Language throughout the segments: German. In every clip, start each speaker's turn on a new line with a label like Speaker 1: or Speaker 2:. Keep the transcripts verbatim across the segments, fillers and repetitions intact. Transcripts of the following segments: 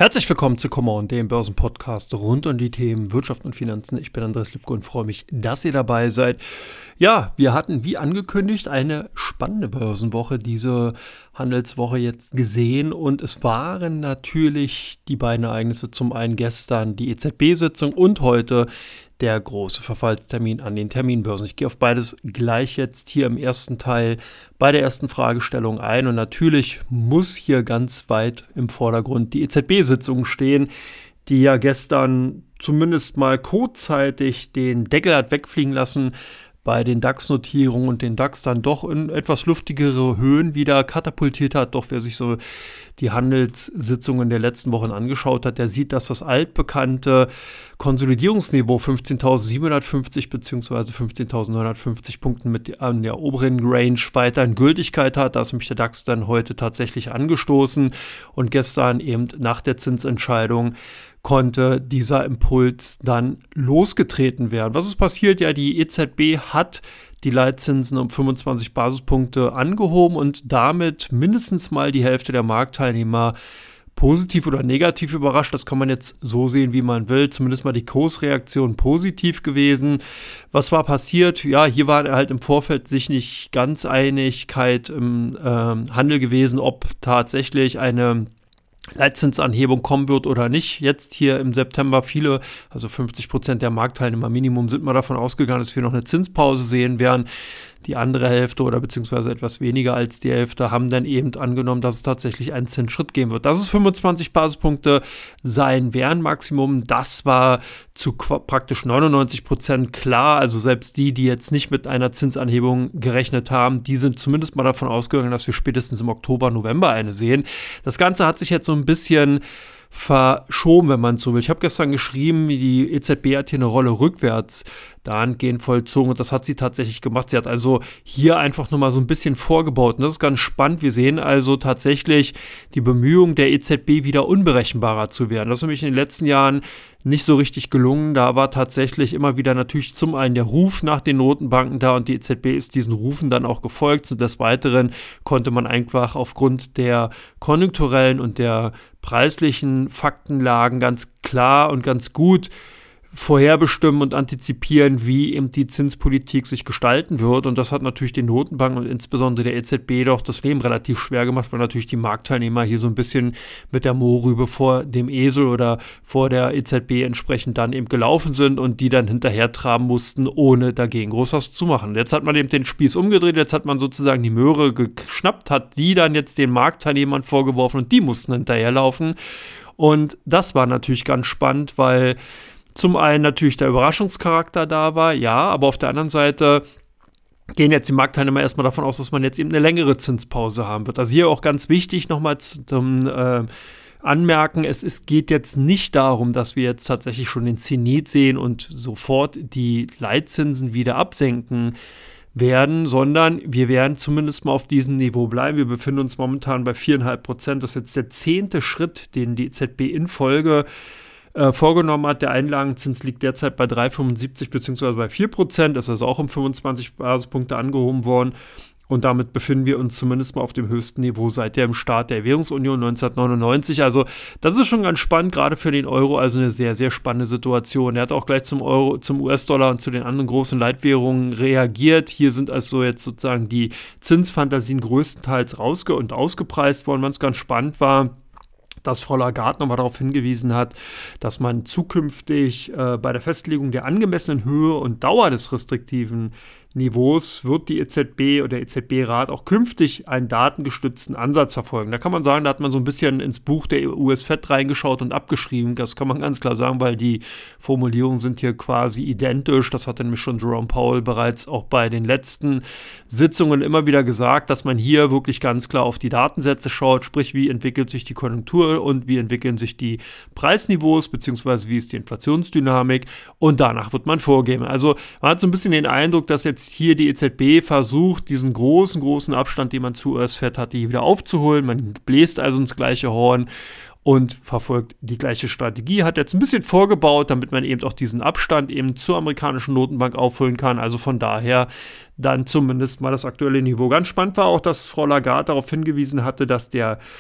Speaker 1: Herzlich willkommen zu Come On, dem Börsenpodcast rund um die Themen Wirtschaft und Finanzen. Ich bin Andreas Lipko und freue mich, dass ihr dabei seid. Ja, wir hatten wie angekündigt eine spannende Börsenwoche diese Handelswoche jetzt gesehen und es waren natürlich die beiden Ereignisse, zum einen gestern die E Z B-Sitzung und heute der große Verfallstermin an den Terminbörsen. Ich gehe auf beides gleich jetzt hier im ersten Teil bei der ersten Fragestellung ein und natürlich muss hier ganz weit im Vordergrund die E Z B-Sitzung stehen, die ja gestern zumindest mal kurzzeitig den Deckel hat wegfliegen lassen bei den DAX-Notierungen und den DAX dann doch in etwas luftigere Höhen wieder katapultiert hat. Doch wer sich so die Handelssitzungen der letzten Wochen angeschaut hat, der sieht, dass das altbekannte Konsolidierungsniveau fünfzehntausendsiebenhundertfünfzig bzw. fünfzehntausendneunhundertfünfzig Punkten mit an der oberen Range weiterhin Gültigkeit hat. Da ist nämlich der DAX dann heute tatsächlich angestoßen und gestern eben nach der Zinsentscheidung konnte dieser Impuls dann losgetreten werden. Was ist passiert? Ja, die E Z B hat die Leitzinsen um fünfundzwanzig Basispunkte angehoben und damit mindestens mal die Hälfte der Marktteilnehmer positiv oder negativ überrascht. Das kann man jetzt so sehen, wie man will. Zumindest mal die Kursreaktion positiv gewesen. Was war passiert? Ja, hier war halt im Vorfeld sich nicht ganz Einigkeit im äh, Handel gewesen, ob tatsächlich eine Leitzinsanhebung kommen wird oder nicht. Jetzt hier im September viele, also fünfzig Prozent der Marktteilnehmer Minimum, sind mal davon ausgegangen, dass wir noch eine Zinspause sehen werden. Die andere Hälfte oder beziehungsweise etwas weniger als die Hälfte haben dann eben angenommen, dass es tatsächlich einen Zinsschritt geben wird. Dass es fünfundzwanzig Basispunkte sein werden, Maximum, das war zu praktisch neunundneunzig Prozent klar. Also selbst die, die jetzt nicht mit einer Zinsanhebung gerechnet haben, die sind zumindest mal davon ausgegangen, dass wir spätestens im Oktober, November eine sehen. Das Ganze hat sich jetzt so ein bisschen verschoben, wenn man so will. Ich habe gestern geschrieben, die E Z B hat hier eine Rolle rückwärts dahingehend vollzogen und das hat sie tatsächlich gemacht. Sie hat also hier einfach nochmal so ein bisschen vorgebaut und das ist ganz spannend. Wir sehen also tatsächlich die Bemühungen der E Z B wieder unberechenbarer zu werden. Das ist nämlich in den letzten Jahren nicht so richtig gelungen. Da war tatsächlich immer wieder natürlich zum einen der Ruf nach den Notenbanken da und die E Z B ist diesen Rufen dann auch gefolgt. Und des Weiteren konnte man einfach aufgrund der konjunkturellen und der preislichen Faktenlagen ganz klar und ganz gut vorherbestimmen und antizipieren, wie eben die Zinspolitik sich gestalten wird. Und das hat natürlich den Notenbanken und insbesondere der E Z B doch das Leben relativ schwer gemacht, weil natürlich die Marktteilnehmer hier so ein bisschen mit der Mohrrübe vor dem Esel oder vor der E Z B entsprechend dann eben gelaufen sind und die dann hinterher traben mussten, ohne dagegen groß was zu machen. Jetzt hat man eben den Spieß umgedreht, jetzt hat man sozusagen die Möhre geschnappt, hat die dann jetzt den Marktteilnehmern vorgeworfen und die mussten hinterherlaufen. Und das war natürlich ganz spannend, weil zum einen natürlich der Überraschungscharakter da war, ja, aber auf der anderen Seite gehen jetzt die Marktteilnehmer erstmal davon aus, dass man jetzt eben eine längere Zinspause haben wird. Also hier auch ganz wichtig nochmal zum äh, Anmerken, es ist, geht jetzt nicht darum, dass wir jetzt tatsächlich schon den Zenit sehen und sofort die Leitzinsen wieder absenken werden, sondern wir werden zumindest mal auf diesem Niveau bleiben. Wir befinden uns momentan bei vier Komma fünf Prozent. Das ist jetzt der zehnte Schritt, den die E Z B in Folge Äh, vorgenommen hat. Der Einlagenzins liegt derzeit bei drei Komma fünfundsiebzig bzw. bei vier Prozent, ist also auch um fünfundzwanzig Basispunkte angehoben worden und damit befinden wir uns zumindest mal auf dem höchsten Niveau seit dem Start der Währungsunion neunzehnhundertneunundneunzig. Also das ist schon ganz spannend, gerade für den Euro, also eine sehr, sehr spannende Situation. Er hat auch gleich zum Euro, zum U S-Dollar und zu den anderen großen Leitwährungen reagiert. Hier sind also jetzt sozusagen die Zinsfantasien größtenteils rausge- und ausgepreist worden, was ganz spannend war, dass Frau Lagarde nochmal darauf hingewiesen hat, dass man zukünftig äh, bei der Festlegung der angemessenen Höhe und Dauer des restriktiven Niveaus wird die E Z B oder der E Z B-Rat auch künftig einen datengestützten Ansatz verfolgen. Da kann man sagen, da hat man so ein bisschen ins Buch der U S-Fed reingeschaut und abgeschrieben. Das kann man ganz klar sagen, weil die Formulierungen sind hier quasi identisch. Das hat nämlich schon Jerome Powell bereits auch bei den letzten Sitzungen immer wieder gesagt, dass man hier wirklich ganz klar auf die Datensätze schaut, sprich, wie entwickelt sich die Konjunktur und wie entwickeln sich die Preisniveaus, beziehungsweise wie ist die Inflationsdynamik und danach wird man vorgehen. Also man hat so ein bisschen den Eindruck, dass jetzt hier die E Z B versucht, diesen großen, großen Abstand, den man zu U S-Fed hatte, hier wieder aufzuholen. Man bläst also ins gleiche Horn und verfolgt die gleiche Strategie, hat jetzt ein bisschen vorgebaut, damit man eben auch diesen Abstand eben zur amerikanischen Notenbank aufholen kann. Also von daher dann zumindest mal das aktuelle Niveau. Ganz spannend war auch, dass Frau Lagarde darauf hingewiesen hatte, dass der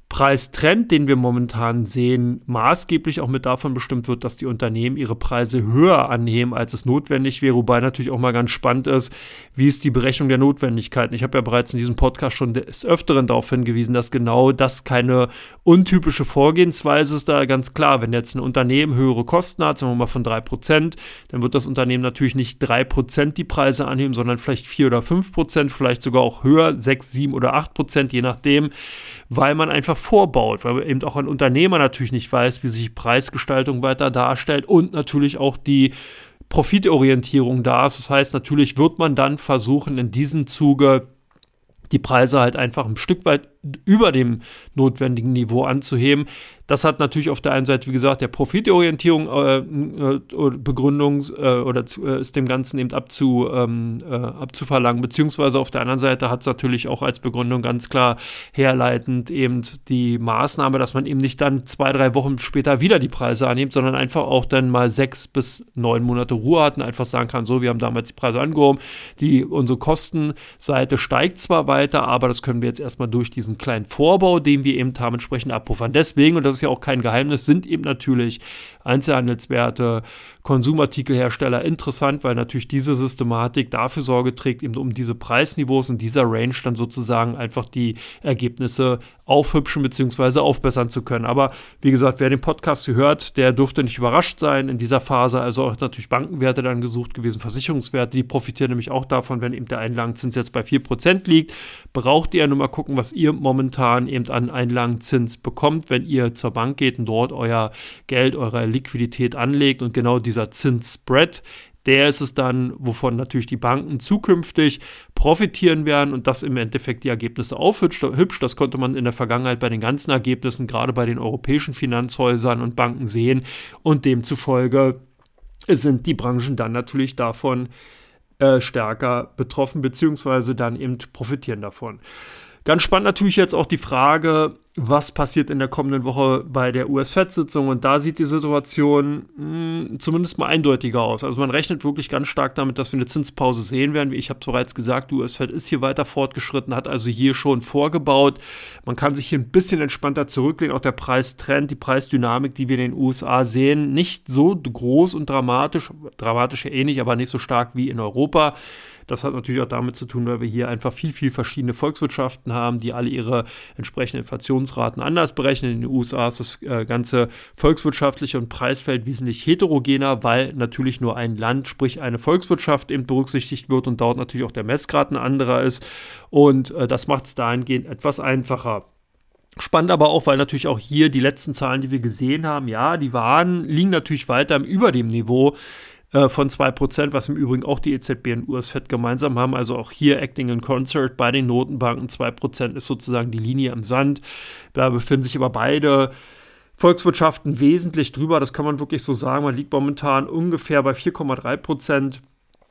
Speaker 1: Preistrend, den wir momentan sehen, maßgeblich auch mit davon bestimmt wird, dass die Unternehmen ihre Preise höher anheben, als es notwendig wäre, wobei natürlich auch mal ganz spannend ist, wie ist die Berechnung der Notwendigkeiten. Ich habe ja bereits in diesem Podcast schon des Öfteren darauf hingewiesen, dass genau das keine untypische Vorgehensweise ist. Da ganz klar, wenn jetzt ein Unternehmen höhere Kosten hat, sagen wir mal von drei Prozent, dann wird das Unternehmen natürlich nicht drei Prozent die Preise anheben, sondern vielleicht vier oder fünf Prozent, vielleicht sogar auch höher, sechs, sieben oder acht Prozent, je nachdem, weil man einfach vorbaut, weil eben auch ein Unternehmer natürlich nicht weiß, wie sich Preisgestaltung weiter darstellt und natürlich auch die Profitorientierung da ist. Das heißt, natürlich wird man dann versuchen, in diesem Zuge die Preise halt einfach ein Stück weit über dem notwendigen Niveau anzuheben. Das hat natürlich auf der einen Seite, wie gesagt, der Profitorientierung äh, äh, Begründung äh, oder zu, äh, ist dem Ganzen eben abzu, ähm, äh, abzuverlangen, beziehungsweise auf der anderen Seite hat es natürlich auch als Begründung ganz klar herleitend eben die Maßnahme, dass man eben nicht dann zwei, drei Wochen später wieder die Preise annimmt, sondern einfach auch dann mal sechs bis neun Monate Ruhe hat und einfach sagen kann, so, wir haben damals die Preise angehoben, die, unsere Kostenseite steigt zwar weiter, aber das können wir jetzt erstmal durch diesen kleinen Vorbau, den wir eben haben, entsprechend abpuffern. Deswegen, und das ist ja auch kein Geheimnis, sind eben natürlich Einzelhandelswerte, Konsumartikelhersteller interessant, weil natürlich diese Systematik dafür Sorge trägt, eben um diese Preisniveaus in dieser Range dann sozusagen einfach die Ergebnisse aufhübschen bzw. aufbessern zu können. Aber wie gesagt, wer den Podcast hier hört, der dürfte nicht überrascht sein in dieser Phase. Also auch natürlich Bankenwerte dann gesucht gewesen, Versicherungswerte, die profitieren nämlich auch davon, wenn eben der Einlagenzins jetzt bei vier Prozent liegt. Braucht ihr nur mal gucken, was ihr momentan eben an Einlagenzins bekommt, wenn ihr zur Bank geht und dort euer Geld, eure Liquidität anlegt und genau dieser Zinsspread, der ist es dann, wovon natürlich die Banken zukünftig profitieren werden und das im Endeffekt die Ergebnisse aufhübscht. Das konnte man in der Vergangenheit bei den ganzen Ergebnissen, gerade bei den europäischen Finanzhäusern und Banken sehen und demzufolge sind die Branchen dann natürlich davon äh, stärker betroffen, beziehungsweise dann eben profitieren davon. Ganz spannend natürlich jetzt auch die Frage, was passiert in der kommenden Woche bei der U S-Fed-Sitzung und da sieht die Situation mh, zumindest mal eindeutiger aus. Also man rechnet wirklich ganz stark damit, dass wir eine Zinspause sehen werden. Wie ich habe bereits gesagt, die U S-Fed ist hier weiter fortgeschritten, hat also hier schon vorgebaut. Man kann sich hier ein bisschen entspannter zurücklehnen. Auch der Preistrend, die Preisdynamik, die wir in den U S A sehen, nicht so groß und dramatisch, dramatisch ja eh nicht, aber nicht so stark wie in Europa. Das hat natürlich auch damit zu tun, weil wir hier einfach viel, viel verschiedene Volkswirtschaften haben, die alle ihre entsprechenden Inflationsraten anders berechnen. In den U S A ist das äh, ganze volkswirtschaftliche und Preisfeld wesentlich heterogener, weil natürlich nur ein Land, sprich eine Volkswirtschaft eben berücksichtigt wird und dort natürlich auch der Messgrad ein anderer ist. Und äh, das macht es dahingehend etwas einfacher. Spannend aber auch, weil natürlich auch hier die letzten Zahlen, die wir gesehen haben, ja, die waren, liegen natürlich weiter über dem Niveau von zwei Prozent, was im Übrigen auch die E Z B und U S-Fed gemeinsam haben. Also auch hier Acting in Concert bei den Notenbanken. zwei Prozent ist sozusagen die Linie im Sand. Da befinden sich aber beide Volkswirtschaften wesentlich drüber. Das kann man wirklich so sagen. Man liegt momentan ungefähr bei vier Komma drei Prozent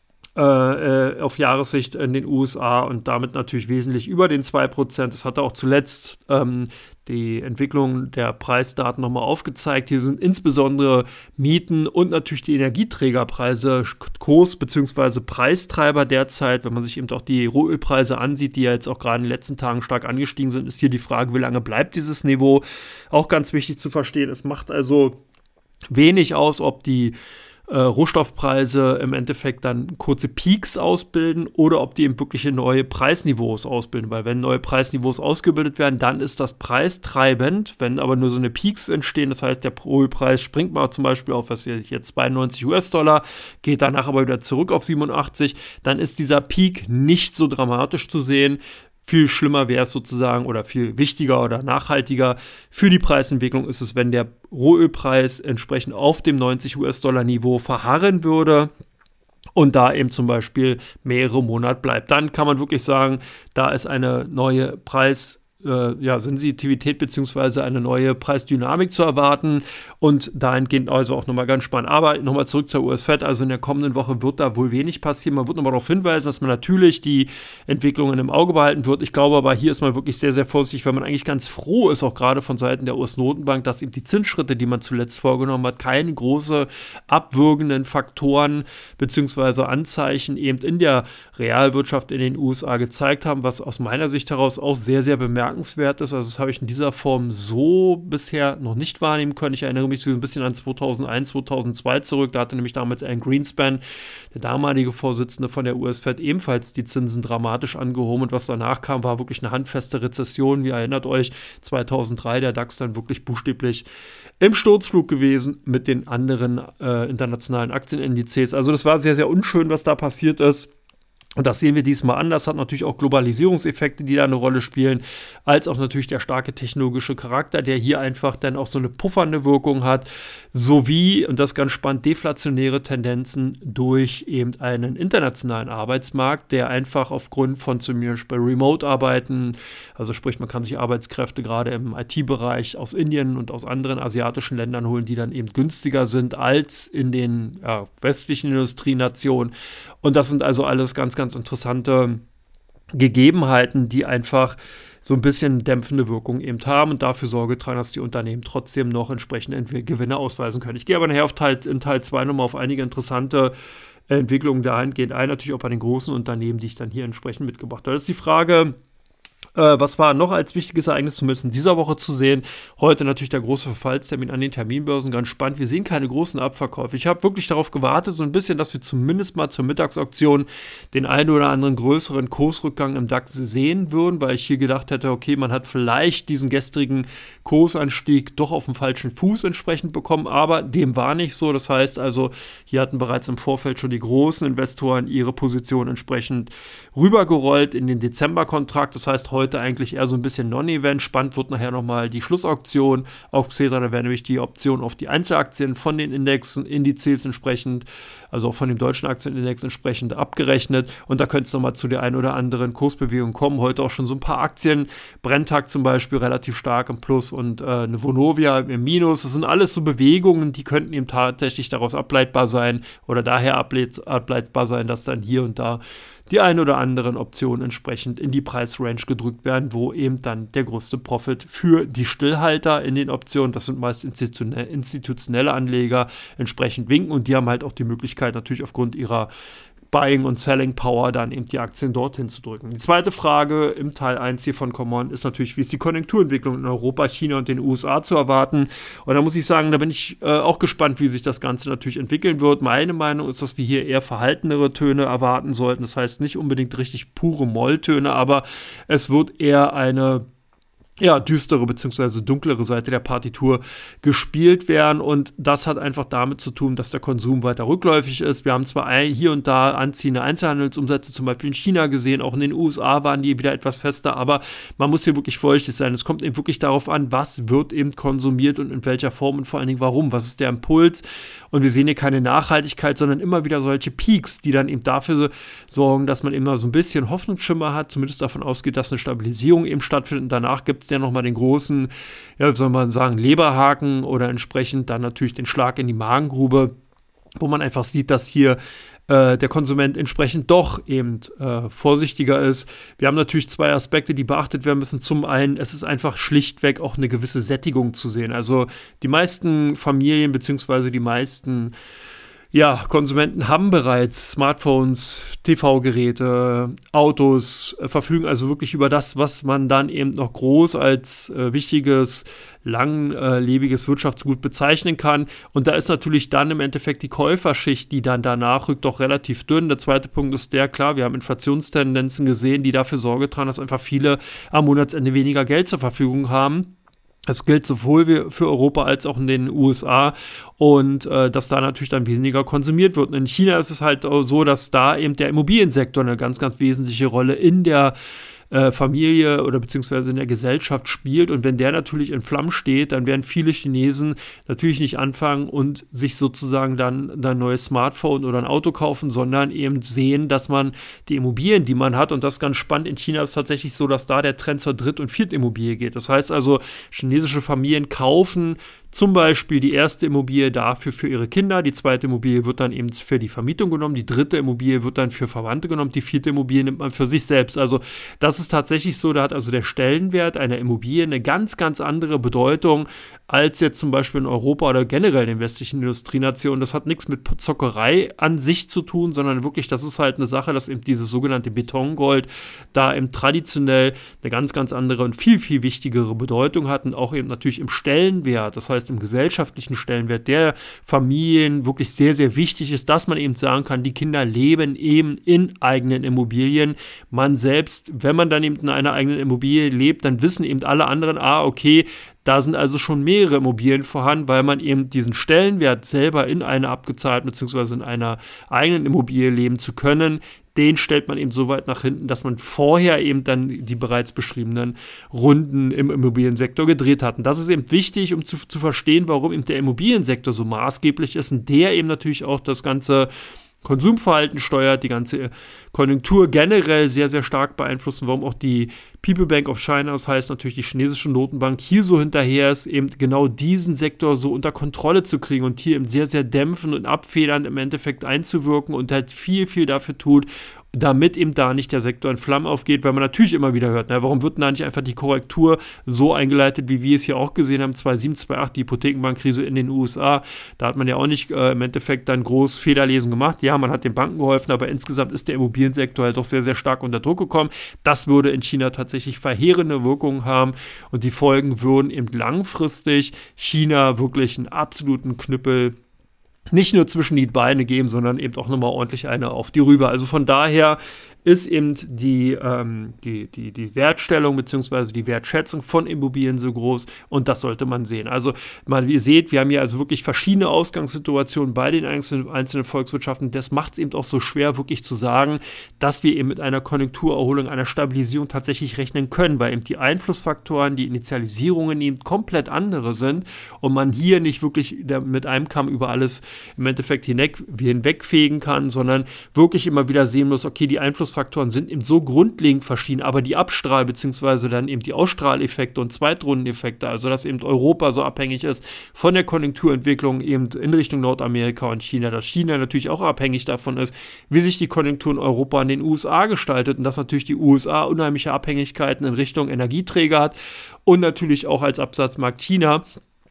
Speaker 1: äh, auf Jahressicht in den U S A und damit natürlich wesentlich über den zwei Prozent. Das hatte auch zuletzt ähm, die Entwicklung der Preisdaten nochmal aufgezeigt. Hier sind insbesondere Mieten und natürlich die Energieträgerpreise Kurs- bzw. Preistreiber derzeit. Wenn man sich eben auch die Rohölpreise ansieht, die ja jetzt auch gerade in den letzten Tagen stark angestiegen sind, ist hier die Frage, wie lange bleibt dieses Niveau? Auch ganz wichtig zu verstehen. Es macht also wenig aus, ob die Äh, Rohstoffpreise im Endeffekt dann kurze Peaks ausbilden oder ob die eben wirkliche neue Preisniveaus ausbilden, weil wenn neue Preisniveaus ausgebildet werden, dann ist das preistreibend. Wenn aber nur so eine Peaks entstehen, das heißt der Rohölpreis springt mal zum Beispiel auf, was jetzt zweiundneunzig US-Dollar, geht danach aber wieder zurück auf siebenundachtzig, dann ist dieser Peak nicht so dramatisch zu sehen. Viel schlimmer wäre es sozusagen oder viel wichtiger oder nachhaltiger für die Preisentwicklung ist es, wenn der Rohölpreis entsprechend auf dem neunzig US-Dollar Niveau verharren würde und da eben zum Beispiel mehrere Monate bleibt. Dann kann man wirklich sagen, da ist eine neue Preis Äh, ja, Sensitivität bzw. eine neue Preisdynamik zu erwarten und dahingehend also auch nochmal ganz spannend. Aber nochmal zurück zur U S-Fed, also in der kommenden Woche wird da wohl wenig passieren. Man wird nochmal darauf hinweisen, dass man natürlich die Entwicklungen im Auge behalten wird. Ich glaube aber, hier ist man wirklich sehr, sehr vorsichtig, weil man eigentlich ganz froh ist, auch gerade von Seiten der U S-Notenbank, dass eben die Zinsschritte, die man zuletzt vorgenommen hat, keine große abwürgenden Faktoren bzw. Anzeichen eben in der Realwirtschaft in den U S A gezeigt haben, was aus meiner Sicht heraus auch sehr, sehr bemerkenswert bemerkenswert ist. Also das habe ich in dieser Form so bisher noch nicht wahrnehmen können. Ich erinnere mich so ein bisschen an zweitausendeins, zweitausendzwei zurück. Da hatte nämlich damals Alan Greenspan, der damalige Vorsitzende von der U S-Fed, ebenfalls die Zinsen dramatisch angehoben. Und was danach kam, war wirklich eine handfeste Rezession. Wie erinnert euch, zweitausenddrei der DAX dann wirklich buchstäblich im Sturzflug gewesen mit den anderen äh, internationalen Aktienindizes. Also das war sehr, sehr unschön, was da passiert ist. Und das sehen wir diesmal anders, hat natürlich auch Globalisierungseffekte, die da eine Rolle spielen, als auch natürlich der starke technologische Charakter, der hier einfach dann auch so eine puffernde Wirkung hat, sowie, und das ist ganz spannend, deflationäre Tendenzen durch eben einen internationalen Arbeitsmarkt, der einfach aufgrund von zum Beispiel Remote-Arbeiten, also sprich, man kann sich Arbeitskräfte gerade im I T-Bereich aus Indien und aus anderen asiatischen Ländern holen, die dann eben günstiger sind als in den ja, westlichen Industrienationen. Und das sind also alles ganz, ganz interessante Gegebenheiten, die einfach so ein bisschen dämpfende Wirkung eben haben und dafür Sorge tragen, dass die Unternehmen trotzdem noch entsprechende Gewinne ausweisen können. Ich gehe aber nachher auf Teil, in Teil zwei nochmal auf einige interessante Entwicklungen dahingehend ein, natürlich auch bei den großen Unternehmen, die ich dann hier entsprechend mitgebracht habe. Das ist die Frage, Äh, was war noch als wichtiges Ereignis zumindest in dieser Woche zu sehen? Heute natürlich der große Verfallstermin an den Terminbörsen, ganz spannend. Wir sehen keine großen Abverkäufe. Ich habe wirklich darauf gewartet, so ein bisschen, dass wir zumindest mal zur Mittagsauktion den einen oder anderen größeren Kursrückgang im DAX sehen würden, weil ich hier gedacht hätte, okay, man hat vielleicht diesen gestrigen Kursanstieg doch auf dem falschen Fuß entsprechend bekommen, aber dem war nicht so. Das heißt also, hier hatten bereits im Vorfeld schon die großen Investoren ihre Position entsprechend rübergerollt in den Dezemberkontrakt. Das heißt, heute eigentlich eher so ein bisschen Non-Event. Spannend wird nachher nochmal die Schlussauktion auf Xetra. Da werden nämlich die Optionen auf die Einzelaktien von den Indexen, Indizes entsprechend, also auch von dem deutschen Aktienindex entsprechend abgerechnet. Und da könnte es nochmal zu der einen oder anderen Kursbewegung kommen. Heute auch schon so ein paar Aktien. Brenntag zum Beispiel relativ stark im Plus und äh, eine Vonovia im Minus. Das sind alles so Bewegungen, die könnten eben tatsächlich daraus ableitbar sein oder daher ableitbar sein, dass dann hier und da die ein oder anderen Optionen entsprechend in die Preisrange gedrückt werden, wo eben dann der größte Profit für die Stillhalter in den Optionen, das sind meist institutionelle Anleger, entsprechend winken und die haben halt auch die Möglichkeit natürlich aufgrund ihrer Buying und Selling Power dann eben die Aktien dorthin zu drücken. Die zweite Frage im Teil eins hier von Common ist natürlich, wie ist die Konjunkturentwicklung in Europa, China und den U S A zu erwarten? Und da muss ich sagen, da bin ich äh, auch gespannt, wie sich das Ganze natürlich entwickeln wird. Meine Meinung ist, dass wir hier eher verhaltenere Töne erwarten sollten. Das heißt nicht unbedingt richtig pure Molltöne, aber es wird eher eine ja, düstere bzw. dunklere Seite der Partitur gespielt werden und das hat einfach damit zu tun, dass der Konsum weiter rückläufig ist. Wir haben zwar hier und da anziehende Einzelhandelsumsätze zum Beispiel in China gesehen, auch in den U S A waren die wieder etwas fester, aber man muss hier wirklich vorsichtig sein. Es kommt eben wirklich darauf an, was wird eben konsumiert und in welcher Form und vor allen Dingen warum, was ist der Impuls und wir sehen hier keine Nachhaltigkeit, sondern immer wieder solche Peaks, die dann eben dafür sorgen, dass man immer so ein bisschen Hoffnungsschimmer hat, zumindest davon ausgeht, dass eine Stabilisierung eben stattfindet und danach gibt es ja nochmal den großen, ja, wie soll man sagen, Leberhaken oder entsprechend dann natürlich den Schlag in die Magengrube, wo man einfach sieht, dass hier äh, der Konsument entsprechend doch eben äh, vorsichtiger ist. Wir haben natürlich zwei Aspekte, die beachtet werden müssen. Zum einen, es ist einfach schlichtweg auch eine gewisse Sättigung zu sehen. Also die meisten Familien beziehungsweise die meisten Ja, Konsumenten haben bereits Smartphones, T V-Geräte, Autos, äh, verfügen also wirklich über das, was man dann eben noch groß als äh, wichtiges, langlebiges Wirtschaftsgut bezeichnen kann. Und da ist natürlich dann im Endeffekt die Käuferschicht, die dann danach rückt, doch relativ dünn. Der zweite Punkt ist der, klar, wir haben Inflationstendenzen gesehen, die dafür Sorge tragen, dass einfach viele am Monatsende weniger Geld zur Verfügung haben. Das gilt sowohl für Europa als auch in den U S A und äh, dass da natürlich dann weniger konsumiert wird. Und in China ist es halt so, dass da eben der Immobiliensektor eine ganz, ganz wesentliche Rolle in der äh, Familie oder beziehungsweise in der Gesellschaft spielt. Und wenn der natürlich in Flammen steht, dann werden viele Chinesen natürlich nicht anfangen und sich sozusagen dann, dann ein neues Smartphone oder ein Auto kaufen, sondern eben sehen, dass man die Immobilien, die man hat, und das ist ganz spannend, in China ist es tatsächlich so, dass da der Trend zur Dritt- und Viertimmobilie geht. Das heißt also, chinesische Familien kaufen zum Beispiel die erste Immobilie dafür für ihre Kinder, die zweite Immobilie wird dann eben für die Vermietung genommen, die dritte Immobilie wird dann für Verwandte genommen, die vierte Immobilie nimmt man für sich selbst. Also das ist tatsächlich so, da hat also der Stellenwert einer Immobilie eine ganz, ganz andere Bedeutung als jetzt zum Beispiel in Europa oder generell in den westlichen Industrienationen. Das hat nichts mit Zockerei an sich zu tun, sondern wirklich, das ist halt eine Sache, dass eben dieses sogenannte Betongold da eben traditionell eine ganz, ganz andere und viel, viel wichtigere Bedeutung hat und auch eben natürlich im Stellenwert, das heißt im gesellschaftlichen Stellenwert der Familien wirklich sehr, sehr wichtig ist, dass man eben sagen kann, die Kinder leben eben in eigenen Immobilien. Man selbst, wenn man dann eben in einer eigenen Immobilie lebt, dann wissen eben alle anderen, ah, okay, da sind also schon mehrere Immobilien vorhanden, weil man eben diesen Stellenwert selber in einer abgezahlten bzw. in einer eigenen Immobilie leben zu können, den stellt man eben so weit nach hinten, dass man vorher eben dann die bereits beschriebenen Runden im Immobiliensektor gedreht hat. Und das ist eben wichtig, um zu, zu verstehen, warum eben der Immobiliensektor so maßgeblich ist und der eben natürlich auch das ganze Konsumverhalten steuert, die ganze Konjunktur generell sehr, sehr stark beeinflussen, warum auch die People Bank of China, das heißt natürlich die chinesische Notenbank, hier so hinterher ist, eben genau diesen Sektor so unter Kontrolle zu kriegen und hier eben sehr, sehr dämpfend und abfedernd im Endeffekt einzuwirken und halt viel, viel dafür tut, damit eben da nicht der Sektor in Flammen aufgeht, weil man natürlich immer wieder hört, na, warum wird denn da nicht einfach die Korrektur so eingeleitet, wie wir es hier auch gesehen haben, zweitausendsieben, zweitausendacht, die Hypothekenbankkrise in den U S A, da hat man ja auch nicht äh, im Endeffekt dann groß Fehlerlesen gemacht, ja, man hat den Banken geholfen, aber insgesamt ist der Immobiliensektor halt doch sehr, sehr stark unter Druck gekommen. Das würde in China tatsächlich verheerende Wirkungen haben und die Folgen würden eben langfristig China wirklich einen absoluten Knüppel nicht nur zwischen die Beine geben, sondern eben auch nochmal ordentlich eine auf die Rübe. Also von daher ist eben die, ähm, die, die, die Wertstellung bzw. die Wertschätzung von Immobilien so groß und das sollte man sehen. Also mal, wie ihr seht, wir haben hier also wirklich verschiedene Ausgangssituationen bei den einzelnen, einzelnen Volkswirtschaften. Das macht es eben auch so schwer, wirklich zu sagen, dass wir eben mit einer Konjunkturerholung, einer Stabilisierung tatsächlich rechnen können, weil eben die Einflussfaktoren, die Initialisierungen eben komplett andere sind und man hier nicht wirklich mit einem Kamm über alles im Endeffekt hinweg, hinwegfegen kann, sondern wirklich immer wieder sehen muss, okay, die Einflussfaktoren sind eben so grundlegend verschieden, aber die Abstrahl- bzw. dann eben die Ausstrahleffekte und Zweitrundeneffekte, also dass eben Europa so abhängig ist von der Konjunkturentwicklung eben in Richtung Nordamerika und China, dass China natürlich auch abhängig davon ist, wie sich die Konjunktur in Europa und den U S A gestaltet und dass natürlich die U S A unheimliche Abhängigkeiten in Richtung Energieträger hat und natürlich auch als Absatzmarkt China.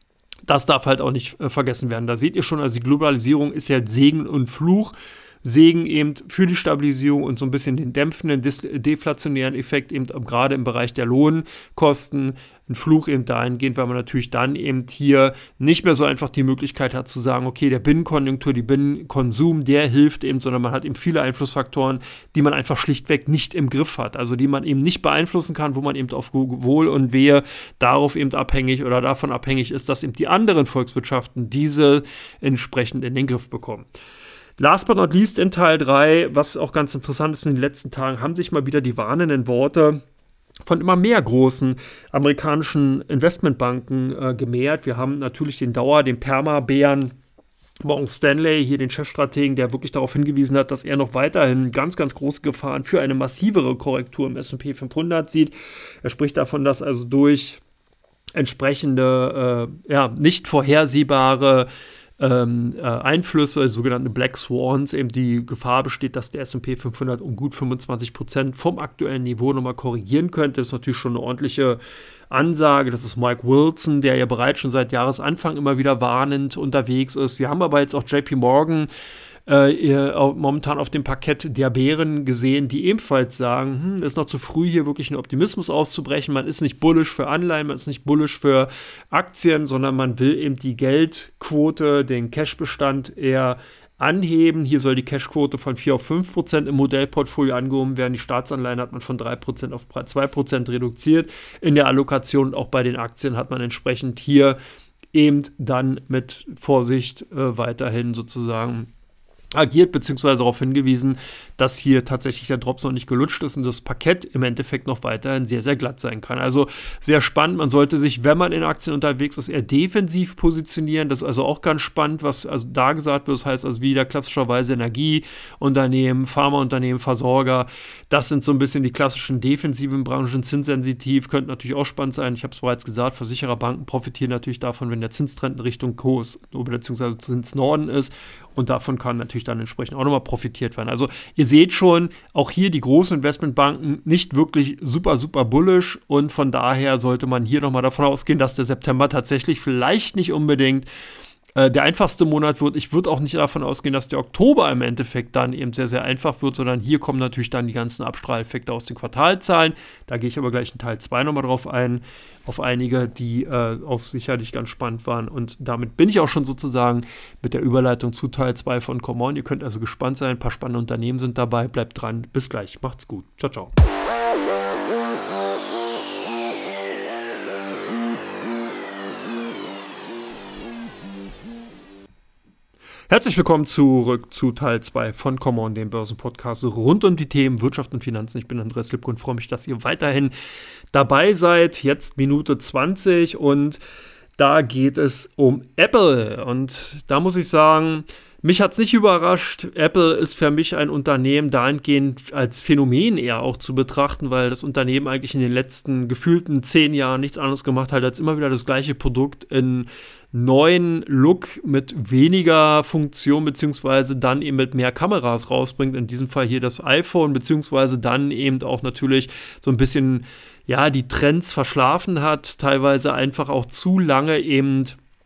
Speaker 1: Das darf halt auch nicht äh, vergessen werden. Da seht ihr schon, also die Globalisierung ist ja Segen und Fluch. Segen eben für die Stabilisierung und so ein bisschen den dämpfenden, deflationären Effekt eben gerade im Bereich der Lohnkosten. Ein Fluch eben dahingehend, weil man natürlich dann eben hier nicht mehr so einfach die Möglichkeit hat zu sagen, okay, der Binnenkonjunktur, die Binnenkonsum, der hilft eben, sondern man hat eben viele Einflussfaktoren, die man einfach schlichtweg nicht im Griff hat, also die man eben nicht beeinflussen kann, wo man eben auf Wohl und Wehe darauf eben abhängig oder davon abhängig ist, dass eben die anderen Volkswirtschaften diese entsprechend in den Griff bekommen. Last but not least in Teil drei, was auch ganz interessant ist, in den letzten Tagen haben sich mal wieder die warnenden Worte von immer mehr großen amerikanischen Investmentbanken äh, gemehrt. Wir haben natürlich den Dauer, den Perma-Bären Morgan Stanley, hier den Chefstrategen, der wirklich darauf hingewiesen hat, dass er noch weiterhin ganz, ganz große Gefahren für eine massivere Korrektur im S und P fünfhundert sieht. Er spricht davon, dass also durch entsprechende, äh, ja, nicht vorhersehbare Ähm, äh, Einflüsse, sogenannte Black Swans, eben die Gefahr besteht, dass der S und P fünfhundert um gut fünfundzwanzig Prozent vom aktuellen Niveau nochmal korrigieren könnte. Das ist natürlich schon eine ordentliche Ansage. Das ist Mike Wilson, der ja bereits schon seit Jahresanfang immer wieder warnend unterwegs ist. Wir haben aber jetzt auch J P Morgan Äh, momentan auf dem Parkett der Bären gesehen, die ebenfalls sagen, hm, ist noch zu früh, hier wirklich einen Optimismus auszubrechen. Man ist nicht bullish für Anleihen, man ist nicht bullish für Aktien, sondern man will eben die Geldquote, den Cashbestand eher anheben. Hier soll die Cashquote von vier auf fünf Prozent im Modellportfolio angehoben werden. Die Staatsanleihen hat man von drei Prozent auf zwei Prozent reduziert. In der Allokation und auch bei den Aktien hat man entsprechend hier eben dann mit Vorsicht äh, weiterhin sozusagen agiert, beziehungsweise darauf hingewiesen, dass hier tatsächlich der Drops noch nicht gelutscht ist und das Parkett im Endeffekt noch weiterhin sehr, sehr glatt sein kann. Also sehr spannend. Man sollte sich, wenn man in Aktien unterwegs ist, eher defensiv positionieren. Das ist also auch ganz spannend, was also da gesagt wird. Das heißt also wieder klassischerweise Energieunternehmen, Pharmaunternehmen, Versorger. Das sind so ein bisschen die klassischen defensiven Branchen. Zinssensitiv könnte natürlich auch spannend sein. Ich habe es bereits gesagt, Versicherer, Banken profitieren natürlich davon, wenn der Zinstrend in Richtung Kurs bzw. Zinsnorden ist. Und davon kann natürlich dann entsprechend auch nochmal profitiert werden. Also ihr seht schon, auch hier die großen Investmentbanken nicht wirklich super, super bullish. Und von daher sollte man hier nochmal davon ausgehen, dass der September tatsächlich vielleicht nicht unbedingt äh, der einfachste Monat wird. Ich würde auch nicht davon ausgehen, dass der Oktober im Endeffekt dann eben sehr, sehr einfach wird, sondern hier kommen natürlich dann die ganzen Abstrahleffekte aus den Quartalzahlen. Da gehe ich aber gleich in Teil zwei nochmal drauf ein, auf einige, die äh, auch sicherlich ganz spannend waren. Und damit bin ich auch schon sozusagen mit der Überleitung zu Teil zwei von Come On. Ihr könnt also gespannt sein, ein paar spannende Unternehmen sind dabei. Bleibt dran, bis gleich, macht's gut. Ciao, ciao. Herzlich willkommen zurück zu Teil zwei von Come On, dem Börsenpodcast rund um die Themen Wirtschaft und Finanzen. Ich bin Andreas Lipko und freue mich, dass ihr weiterhin dabei seid. Jetzt Minute zwanzig und da geht es um Apple. Und da muss ich sagen, mich hat es nicht überrascht. Apple ist für mich ein Unternehmen dahingehend als Phänomen eher auch zu betrachten, weil das Unternehmen eigentlich in den letzten gefühlten zehn Jahren nichts anderes gemacht hat, als immer wieder das gleiche Produkt in neuen Look mit weniger Funktion, beziehungsweise dann eben mit mehr Kameras rausbringt. In diesem Fall hier das iPhone, beziehungsweise dann eben auch natürlich so ein bisschen, ja, die Trends verschlafen hat, teilweise einfach auch zu lange eben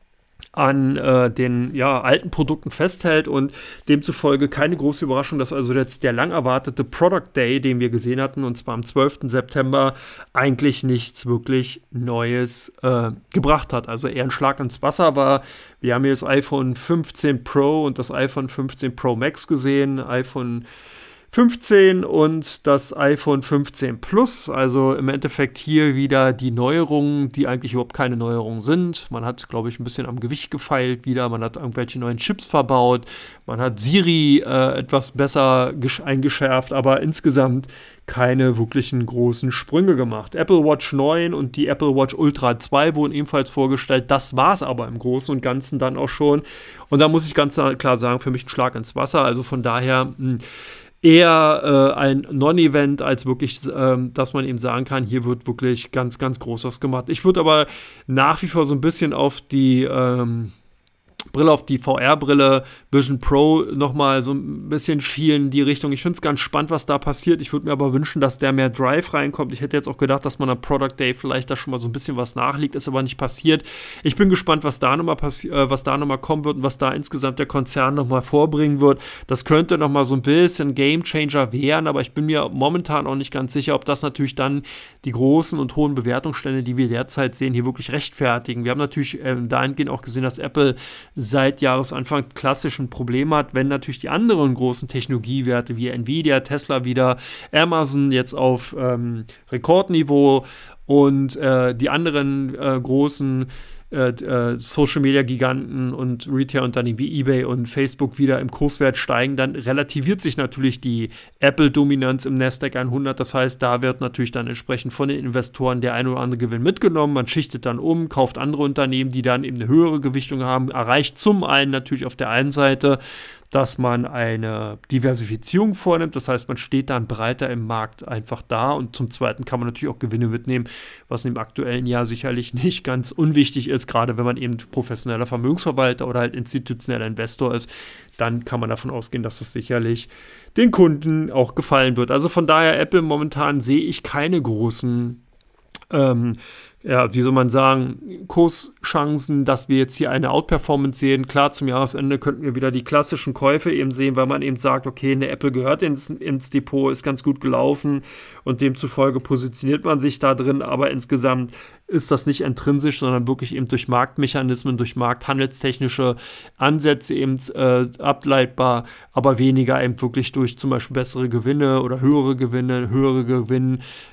Speaker 1: an äh, den ja, alten Produkten festhält und demzufolge keine große Überraschung, dass also jetzt der lang erwartete Product Day, den wir gesehen hatten, und zwar am zwölften September, eigentlich nichts wirklich Neues äh, gebracht hat. Also eher ein Schlag ins Wasser war. Wir haben hier das iPhone fünfzehn Pro und das iPhone fünfzehn Pro Max gesehen, iPhone fünfzehn und das iPhone fünfzehn Plus, also im Endeffekt hier wieder die Neuerungen, die eigentlich überhaupt keine Neuerungen sind. Man hat, glaube ich, ein bisschen am Gewicht gefeilt wieder, man hat irgendwelche neuen Chips verbaut, man hat Siri äh, etwas besser eingeschärft, aber insgesamt keine wirklichen großen Sprünge gemacht. Apple Watch neun und die Apple Watch Ultra zwei wurden ebenfalls vorgestellt. Das war es aber im Großen und Ganzen dann auch schon. Und da muss ich ganz klar sagen, für mich ein Schlag ins Wasser. Also von daher mh, eher äh, ein Non-Event, als wirklich, ähm, dass man eben sagen kann, hier wird wirklich ganz, ganz groß was gemacht. Ich würde aber nach wie vor so ein bisschen auf die ähm, Brille, auf die V R-Brille Vision Pro nochmal so ein bisschen schielen in die Richtung. Ich finde es ganz spannend, was da passiert. Ich würde mir aber wünschen, dass der mehr Drive reinkommt. Ich hätte jetzt auch gedacht, dass man am Product Day vielleicht da schon mal so ein bisschen was nachliegt, ist aber nicht passiert. Ich bin gespannt, was da nochmal passi- äh, was da nochmal kommen wird und was da insgesamt der Konzern nochmal vorbringen wird. Das könnte nochmal so ein bisschen Gamechanger werden, aber ich bin mir momentan auch nicht ganz sicher, ob das natürlich dann die großen und hohen Bewertungsstände, die wir derzeit sehen, hier wirklich rechtfertigen. Wir haben natürlich äh, dahingehend auch gesehen, dass Apple seit Jahresanfang klassischen Problem hat, wenn natürlich die anderen großen Technologiewerte wie Nvidia, Tesla wieder, Amazon jetzt auf ähm, Rekordniveau und äh, die anderen äh, großen äh, äh, Social-Media-Giganten und Retail-Unternehmen wie eBay und Facebook wieder im Kurswert steigen, dann relativiert sich natürlich die Apple-Dominanz im Nasdaq hundert. Das heißt, da wird natürlich dann entsprechend von den Investoren der ein oder andere Gewinn mitgenommen. Man schichtet dann um, kauft andere Unternehmen, die dann eben eine höhere Gewichtung haben, erreicht zum einen natürlich auf der einen Seite, dass man eine Diversifizierung vornimmt. Das heißt, man steht dann breiter im Markt einfach da und zum Zweiten kann man natürlich auch Gewinne mitnehmen, was im aktuellen Jahr sicherlich nicht ganz unwichtig ist, gerade wenn man eben professioneller Vermögensverwalter oder halt institutioneller Investor ist, dann kann man davon ausgehen, dass es sicherlich den Kunden auch gefallen wird. Also von daher, Apple momentan sehe ich keine großen ähm, ja, wie soll man sagen, Kurschancen, dass wir jetzt hier eine Outperformance sehen. Klar, zum Jahresende könnten wir wieder die klassischen Käufe eben sehen, weil man eben sagt, okay, eine Apple gehört ins, ins Depot, ist ganz gut gelaufen und demzufolge positioniert man sich da drin, aber insgesamt ist das nicht intrinsisch, sondern wirklich eben durch Marktmechanismen, durch markthandelstechnische Ansätze eben äh, ableitbar, aber weniger eben wirklich durch zum Beispiel bessere Gewinne oder höhere Gewinne, höhere Gewinn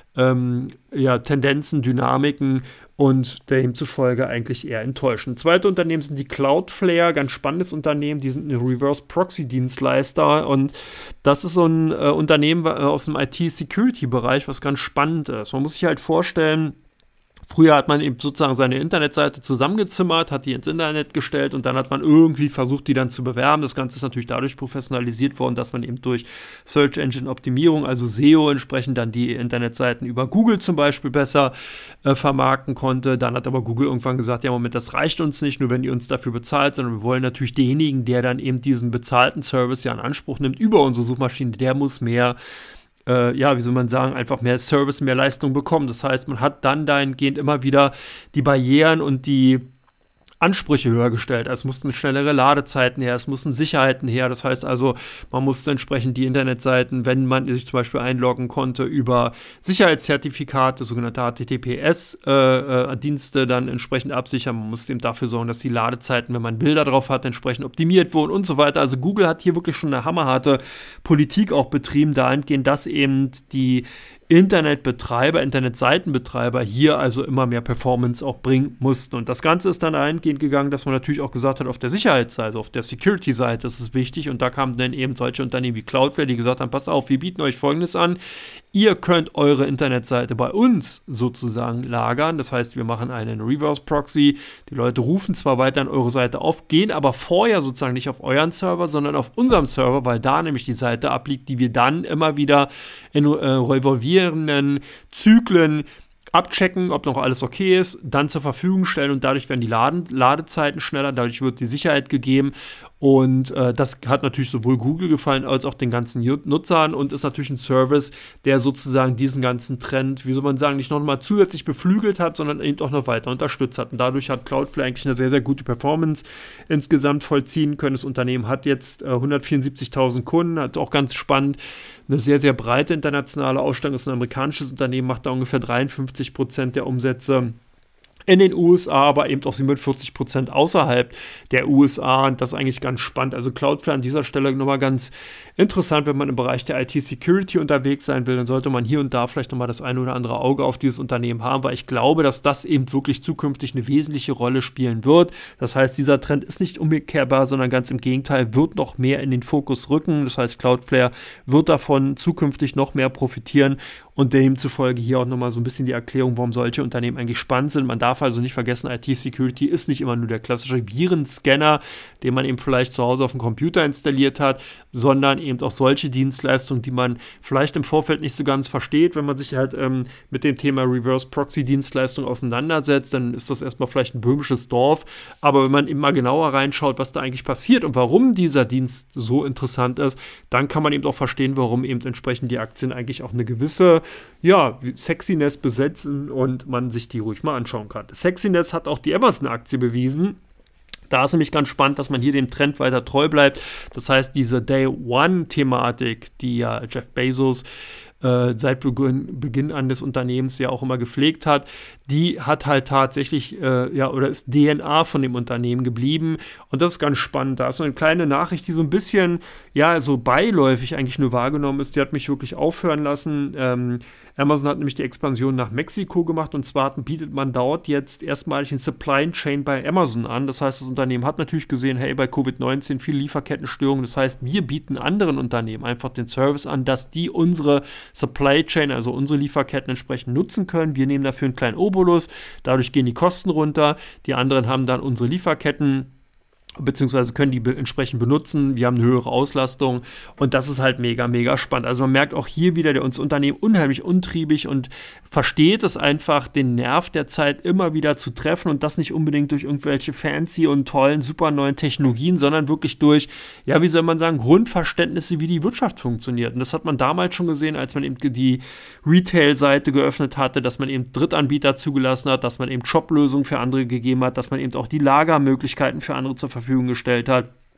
Speaker 1: ähm, ja, Tendenzen, Dynamiken und demzufolge eigentlich eher enttäuschend. Zweite Unternehmen sind die Cloudflare, ganz spannendes Unternehmen, die sind ein Reverse-Proxy-Dienstleister und das ist so ein äh, Unternehmen aus dem I T-Security-Bereich, was ganz spannend ist. Man muss sich halt vorstellen, früher hat man eben sozusagen seine Internetseite zusammengezimmert, hat die ins Internet gestellt und dann hat man irgendwie versucht, die dann zu bewerben. Das Ganze ist natürlich dadurch professionalisiert worden, dass man eben durch Search Engine Optimierung, also S E O, entsprechend dann die Internetseiten über Google zum Beispiel besser äh, vermarkten konnte. Dann hat aber Google irgendwann gesagt, ja Moment, das reicht uns nicht, nur wenn ihr uns dafür bezahlt, sondern wir wollen natürlich denjenigen, der dann eben diesen bezahlten Service ja in Anspruch nimmt über unsere Suchmaschine, der muss mehr Äh, ja, wie soll man sagen, einfach mehr Service, mehr Leistung bekommen. Das heißt, man hat dann dahingehend immer wieder die Barrieren und die Ansprüche höher gestellt. Es mussten schnellere Ladezeiten her, es mussten Sicherheiten her. Das heißt also, man musste entsprechend die Internetseiten, wenn man sich zum Beispiel einloggen konnte, über Sicherheitszertifikate, sogenannte H T T P S-Dienste äh, äh, dann entsprechend absichern. Man musste eben dafür sorgen, dass die Ladezeiten, wenn man Bilder drauf hat, entsprechend optimiert wurden und so weiter. Also Google hat hier wirklich schon eine hammerharte Politik auch betrieben, dahingehend, dass eben die Internetbetreiber, Internetseitenbetreiber hier also immer mehr Performance auch bringen mussten. Und das Ganze ist dann dahingehend gegangen, dass man natürlich auch gesagt hat, auf der Sicherheitsseite, auf der Security-Seite, das ist wichtig. Und da kamen dann eben solche Unternehmen wie Cloudflare, die gesagt haben, passt auf, wir bieten euch Folgendes an. Ihr könnt eure Internetseite bei uns sozusagen lagern. Das heißt, wir machen einen Reverse-Proxy. Die Leute rufen zwar weiter an eure Seite auf, gehen aber vorher sozusagen nicht auf euren Server, sondern auf unserem Server, weil da nämlich die Seite abliegt, die wir dann immer wieder in äh, revolvierenden Zyklen abchecken, ob noch alles okay ist, dann zur Verfügung stellen und dadurch werden die Laden Ladezeiten schneller, dadurch wird die Sicherheit gegeben und äh, das hat natürlich sowohl Google gefallen als auch den ganzen Nutzern und ist natürlich ein Service, der sozusagen diesen ganzen Trend, wie soll man sagen, nicht nochmal zusätzlich beflügelt hat, sondern eben auch noch weiter unterstützt hat und dadurch hat Cloudflare eigentlich eine sehr, sehr gute Performance insgesamt vollziehen können. Das Unternehmen hat jetzt äh, hundertvierundsiebzigtausend Kunden, hat auch ganz spannend eine sehr, sehr breite internationale Ausstellung, ist ein amerikanisches Unternehmen, macht da ungefähr dreiundfünfzig Prozent der Umsätze in den U S A, aber eben auch siebenundvierzig Prozent außerhalb der U S A und das ist eigentlich ganz spannend. Also Cloudflare an dieser Stelle nochmal ganz interessant, wenn man im Bereich der I T-Security unterwegs sein will, dann sollte man hier und da vielleicht nochmal das eine oder andere Auge auf dieses Unternehmen haben, weil ich glaube, dass das eben wirklich zukünftig eine wesentliche Rolle spielen wird. Das heißt, dieser Trend ist nicht umkehrbar, sondern ganz im Gegenteil, wird noch mehr in den Fokus rücken. Das heißt, Cloudflare wird davon zukünftig noch mehr profitieren und demzufolge hier auch nochmal so ein bisschen die Erklärung, warum solche Unternehmen eigentlich spannend sind. Man darf also nicht vergessen, I T-Security ist nicht immer nur der klassische Virenscanner, den man eben vielleicht zu Hause auf dem Computer installiert hat, sondern eben auch solche Dienstleistungen, die man vielleicht im Vorfeld nicht so ganz versteht. Wenn man sich halt ähm, mit dem Thema Reverse-Proxy-Dienstleistung auseinandersetzt, dann ist das erstmal vielleicht ein böhmisches Dorf. Aber wenn man eben mal genauer reinschaut, was da eigentlich passiert und warum dieser Dienst so interessant ist, dann kann man eben auch verstehen, warum eben entsprechend die Aktien eigentlich auch eine gewisse ja, Sexiness besetzen und man sich die ruhig mal anschauen kann. Sexiness hat auch die Amazon-Aktie bewiesen. Da ist nämlich ganz spannend, dass man hier dem Trend weiter treu bleibt. Das heißt, diese Day-One-Thematik, die ja Jeff Bezos äh, seit Beginn, Beginn an des Unternehmens ja auch immer gepflegt hat, die hat halt tatsächlich, äh, ja, oder ist D N A von dem Unternehmen geblieben. Und das ist ganz spannend. Da ist so eine kleine Nachricht, die so ein bisschen, ja, so beiläufig eigentlich nur wahrgenommen ist. Die hat mich wirklich aufhören lassen. Ähm, Amazon hat nämlich die Expansion nach Mexiko gemacht und zwar bietet man dort jetzt erstmalig ein Supply Chain bei Amazon an. Das heißt, das Unternehmen hat natürlich gesehen, hey, bei Covid neunzehn viele Lieferkettenstörungen. Das heißt, wir bieten anderen Unternehmen einfach den Service an, dass die unsere Supply Chain, also unsere Lieferketten entsprechend nutzen können. Wir nehmen dafür einen kleinen Obolus. Dadurch gehen die Kosten runter. Die anderen haben dann unsere Lieferketten beziehungsweise können die be- entsprechend benutzen. Wir haben eine höhere Auslastung und das ist halt mega, mega spannend. Also man merkt auch hier wieder, der uns Unternehmen unheimlich untriebig und versteht es einfach, den Nerv der Zeit immer wieder zu treffen und das nicht unbedingt durch irgendwelche fancy und tollen, super neuen Technologien, sondern wirklich durch, ja, wie soll man sagen, Grundverständnisse, wie die Wirtschaft funktioniert. Und das hat man damals schon gesehen, als man eben die Retail-Seite geöffnet hatte, dass man eben Drittanbieter zugelassen hat, dass man eben Shop-Lösungen für andere gegeben hat, dass man eben auch die Lagermöglichkeiten für andere zur Verfügung gestellt hat.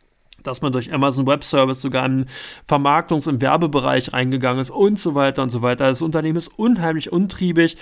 Speaker 1: dass man durch Amazon Web Service sogar im Vermarktungs- und Werbebereich reingegangen ist und so weiter und so weiter. Das Unternehmen ist unheimlich untriebig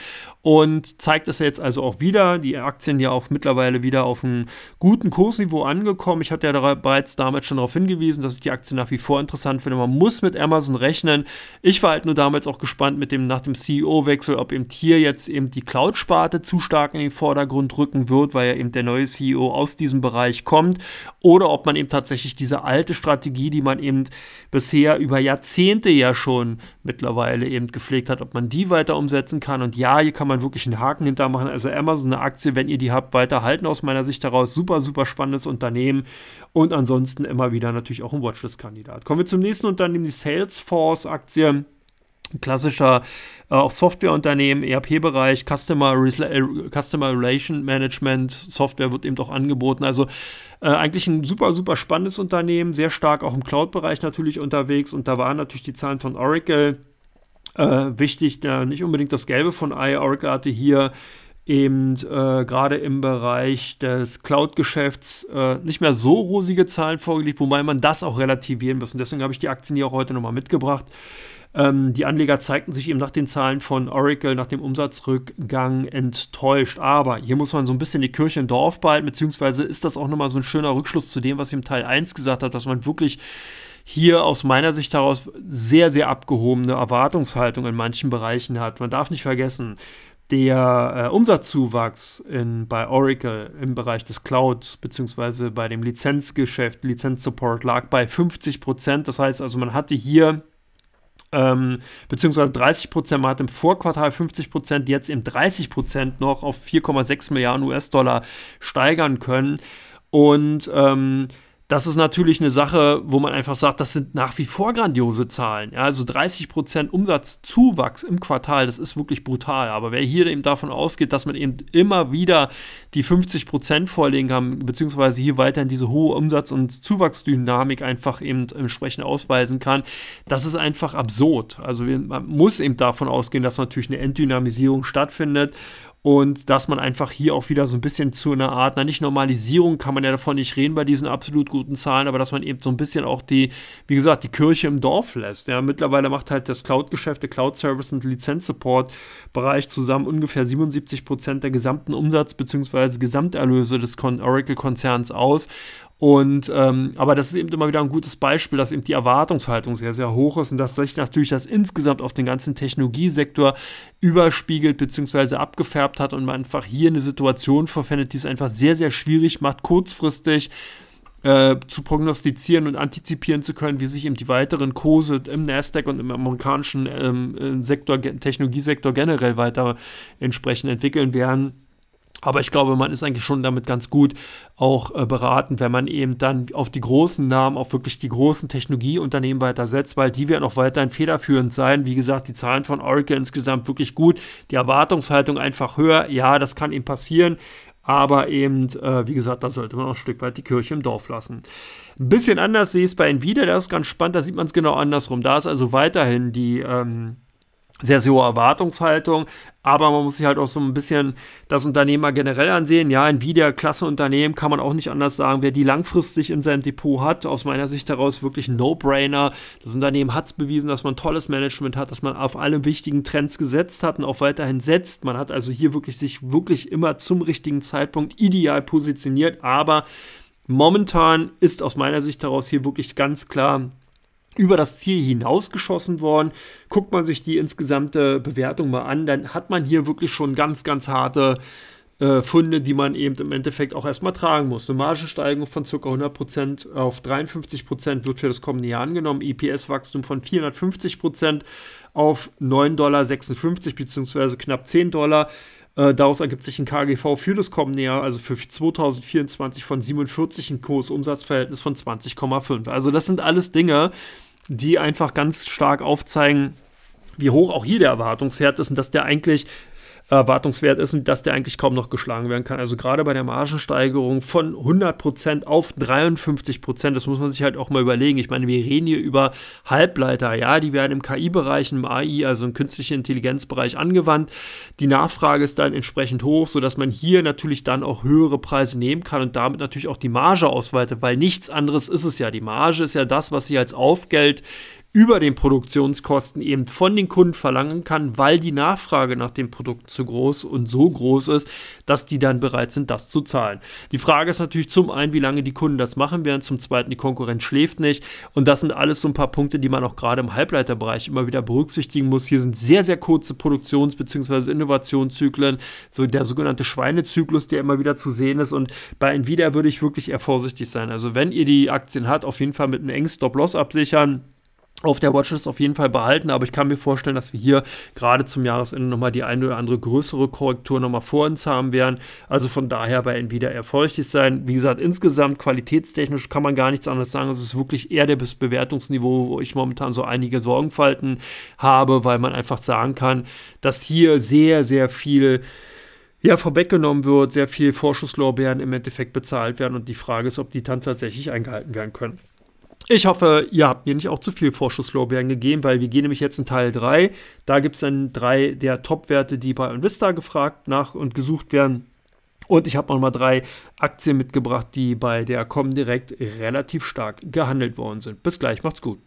Speaker 1: und zeigt es jetzt also auch wieder. Die Aktien ja auch mittlerweile wieder auf einem guten Kursniveau angekommen. Ich hatte ja da bereits damals schon darauf hingewiesen, dass ich die Aktie nach wie vor interessant finde. Man muss mit Amazon rechnen. Ich war halt nur damals auch gespannt mit dem, nach dem C E O-Wechsel, ob eben hier jetzt eben die Cloud-Sparte zu stark in den Vordergrund rücken wird, weil ja eben der neue C E O aus diesem Bereich kommt, oder ob man eben tatsächlich diese Diese alte Strategie, die man eben bisher über Jahrzehnte ja schon mittlerweile eben gepflegt hat, ob man die weiter umsetzen kann. Und ja, hier kann man wirklich einen Haken hintermachen. Also Amazon, eine Aktie, wenn ihr die habt, weiterhalten aus meiner Sicht heraus. Super, super spannendes Unternehmen. Und ansonsten immer wieder natürlich auch ein Watchlist-Kandidat. Kommen wir zum nächsten Unternehmen, die Salesforce-Aktie. Ein klassischer äh, auch Softwareunternehmen, E R P-Bereich, Customer, Resla- Customer Relation Management, Software wird eben auch angeboten. Also äh, eigentlich ein super, super spannendes Unternehmen, sehr stark auch im Cloud-Bereich natürlich unterwegs. Und da waren natürlich die Zahlen von Oracle äh, wichtig, äh, nicht unbedingt das Gelbe von Ei. Oracle hatte hier eben äh, gerade im Bereich des Cloud-Geschäfts äh, nicht mehr so rosige Zahlen vorgelegt, wobei man das auch relativieren muss. Und deswegen habe ich die Aktien hier auch heute nochmal mitgebracht. Ähm, die Anleger zeigten sich eben nach den Zahlen von Oracle, nach dem Umsatzrückgang enttäuscht. Aber hier muss man so ein bisschen die Kirche im Dorf behalten, beziehungsweise ist das auch nochmal so ein schöner Rückschluss zu dem, was ich im Teil eins gesagt habe, dass man wirklich hier aus meiner Sicht heraus sehr, sehr abgehobene Erwartungshaltung in manchen Bereichen hat. Man darf nicht vergessen, der äh, Umsatzzuwachs in, bei Oracle im Bereich des Clouds beziehungsweise bei dem Lizenzgeschäft, Lizenzsupport lag bei fünfzig Prozent. Das heißt also, man hatte hier Ähm, beziehungsweise dreißig Prozent, man hat im Vorquartal fünfzig Prozent, jetzt eben dreißig Prozent noch auf vier Komma sechs Milliarden U S-Dollar steigern können. Und ähm, das ist natürlich eine Sache, wo man einfach sagt, das sind nach wie vor grandiose Zahlen. Ja, also dreißig Prozent Umsatzzuwachs im Quartal, das ist wirklich brutal. Aber wer hier eben davon ausgeht, dass man eben immer wieder die fünfzig Prozent vorlegen kann, beziehungsweise hier weiterhin diese hohe Umsatz- und Zuwachsdynamik einfach eben entsprechend ausweisen kann, das ist einfach absurd. Also man muss eben davon ausgehen, dass natürlich eine Entdynamisierung stattfindet. Und dass man einfach hier auch wieder so ein bisschen zu einer Art, na nicht Normalisierung, kann man ja davon nicht reden bei diesen absolut guten Zahlen, aber dass man eben so ein bisschen auch die, wie gesagt, die Kirche im Dorf lässt. Ja, mittlerweile macht halt das Cloud-Geschäft, der Cloud-Service und Lizenz-Support-Bereich zusammen ungefähr siebenundsiebzig Prozent der gesamten Umsatz- bzw. Gesamterlöse des Oracle-Konzerns aus. Und ähm, aber das ist eben immer wieder ein gutes Beispiel, dass eben die Erwartungshaltung sehr, sehr hoch ist und dass sich natürlich das insgesamt auf den ganzen Technologiesektor überspiegelt bzw. abgefärbt hat und man einfach hier eine Situation vorfindet, die es einfach sehr, sehr schwierig macht, kurzfristig äh, zu prognostizieren und antizipieren zu können, wie sich eben die weiteren Kurse im Nasdaq und im amerikanischen ähm, Sektor, Technologiesektor generell weiter entsprechend entwickeln werden. Aber ich glaube, man ist eigentlich schon damit ganz gut auch äh, beraten, wenn man eben dann auf die großen Namen, auf wirklich die großen Technologieunternehmen weiter setzt, weil die werden auch weiterhin federführend sein. Wie gesagt, die Zahlen von Oracle insgesamt wirklich gut, die Erwartungshaltung einfach höher. Ja, das kann eben passieren, aber eben, äh, wie gesagt, da sollte man auch ein Stück weit die Kirche im Dorf lassen. Ein bisschen anders sehe ich es bei Nvidia, das ist ganz spannend, da sieht man es genau andersrum. Da ist also weiterhin die ähm, sehr, sehr hohe Erwartungshaltung, aber man muss sich halt auch so ein bisschen das Unternehmen generell ansehen. Ja, Nvidia, klasse Unternehmen, kann man auch nicht anders sagen. Wer die langfristig in seinem Depot hat, aus meiner Sicht heraus wirklich ein No-Brainer. Das Unternehmen hat es bewiesen, dass man tolles Management hat, dass man auf alle wichtigen Trends gesetzt hat und auch weiterhin setzt. Man hat also hier wirklich sich wirklich immer zum richtigen Zeitpunkt ideal positioniert, aber momentan ist aus meiner Sicht heraus hier wirklich ganz klar über das Ziel hinausgeschossen worden. Guckt man sich die insgesamte Bewertung mal an, dann hat man hier wirklich schon ganz, ganz harte äh, Funde, die man eben im Endeffekt auch erstmal tragen muss. Eine Margensteigerung von ca. hundert Prozent auf dreiundfünfzig Prozent wird für das kommende Jahr angenommen. E P S-Wachstum von vierhundertfünfzig Prozent auf neun Komma sechsundfünfzig Dollar bzw. knapp zehn Dollar. Äh, daraus ergibt sich ein K G V für das kommende Jahr, also für zwanzig vierundzwanzig von siebenundvierzig, ein Kurs-Umsatz-Verhältnis von zwanzig Komma fünf. Also das sind alles Dinge, die einfach ganz stark aufzeigen, wie hoch auch hier der Erwartungswert ist und dass der eigentlich erwartungswert ist und dass der eigentlich kaum noch geschlagen werden kann. Also gerade bei der Margensteigerung von hundert Prozent auf dreiundfünfzig Prozent, das muss man sich halt auch mal überlegen. Ich meine, wir reden hier über Halbleiter, ja, die werden im K I-Bereich, im A I, also im künstlichen Intelligenzbereich angewandt. Die Nachfrage ist dann entsprechend hoch, sodass man hier natürlich dann auch höhere Preise nehmen kann und damit natürlich auch die Marge ausweitet, weil nichts anderes ist es ja. Die Marge ist ja das, was ich als Aufgeld über den Produktionskosten eben von den Kunden verlangen kann, weil die Nachfrage nach dem Produkt zu groß und so groß ist, dass die dann bereit sind, das zu zahlen. Die Frage ist natürlich zum einen, wie lange die Kunden das machen werden, zum zweiten, die Konkurrenz schläft nicht und das sind alles so ein paar Punkte, die man auch gerade im Halbleiterbereich immer wieder berücksichtigen muss. Hier sind sehr, sehr kurze Produktions- bzw. Innovationszyklen, so der sogenannte Schweinezyklus, der immer wieder zu sehen ist und bei Nvidia würde ich wirklich eher vorsichtig sein. Also wenn ihr die Aktien habt, auf jeden Fall mit einem engen Stop-Loss absichern, auf der Watchlist auf jeden Fall behalten, aber ich kann mir vorstellen, dass wir hier gerade zum Jahresende nochmal die eine oder andere größere Korrektur nochmal vor uns haben werden. Also von daher bei Nvidia eher vorsichtig sein. Wie gesagt, insgesamt qualitätstechnisch kann man gar nichts anderes sagen. Es ist wirklich eher das Bewertungsniveau, wo ich momentan so einige Sorgenfalten habe, weil man einfach sagen kann, dass hier sehr, sehr viel ja, vorweggenommen wird, sehr viel Vorschusslorbeeren im Endeffekt bezahlt werden und die Frage ist, ob die dann tatsächlich eingehalten werden können. Ich hoffe, ihr habt mir nicht auch zu viel Vorschusslorbeeren gegeben, weil wir gehen nämlich jetzt in Teil drei. Da gibt es dann drei der Top-Werte, die bei Onvista gefragt nach und gesucht werden. Und ich habe nochmal drei Aktien mitgebracht, die bei der Comdirect relativ stark gehandelt worden sind. Bis gleich, macht's gut.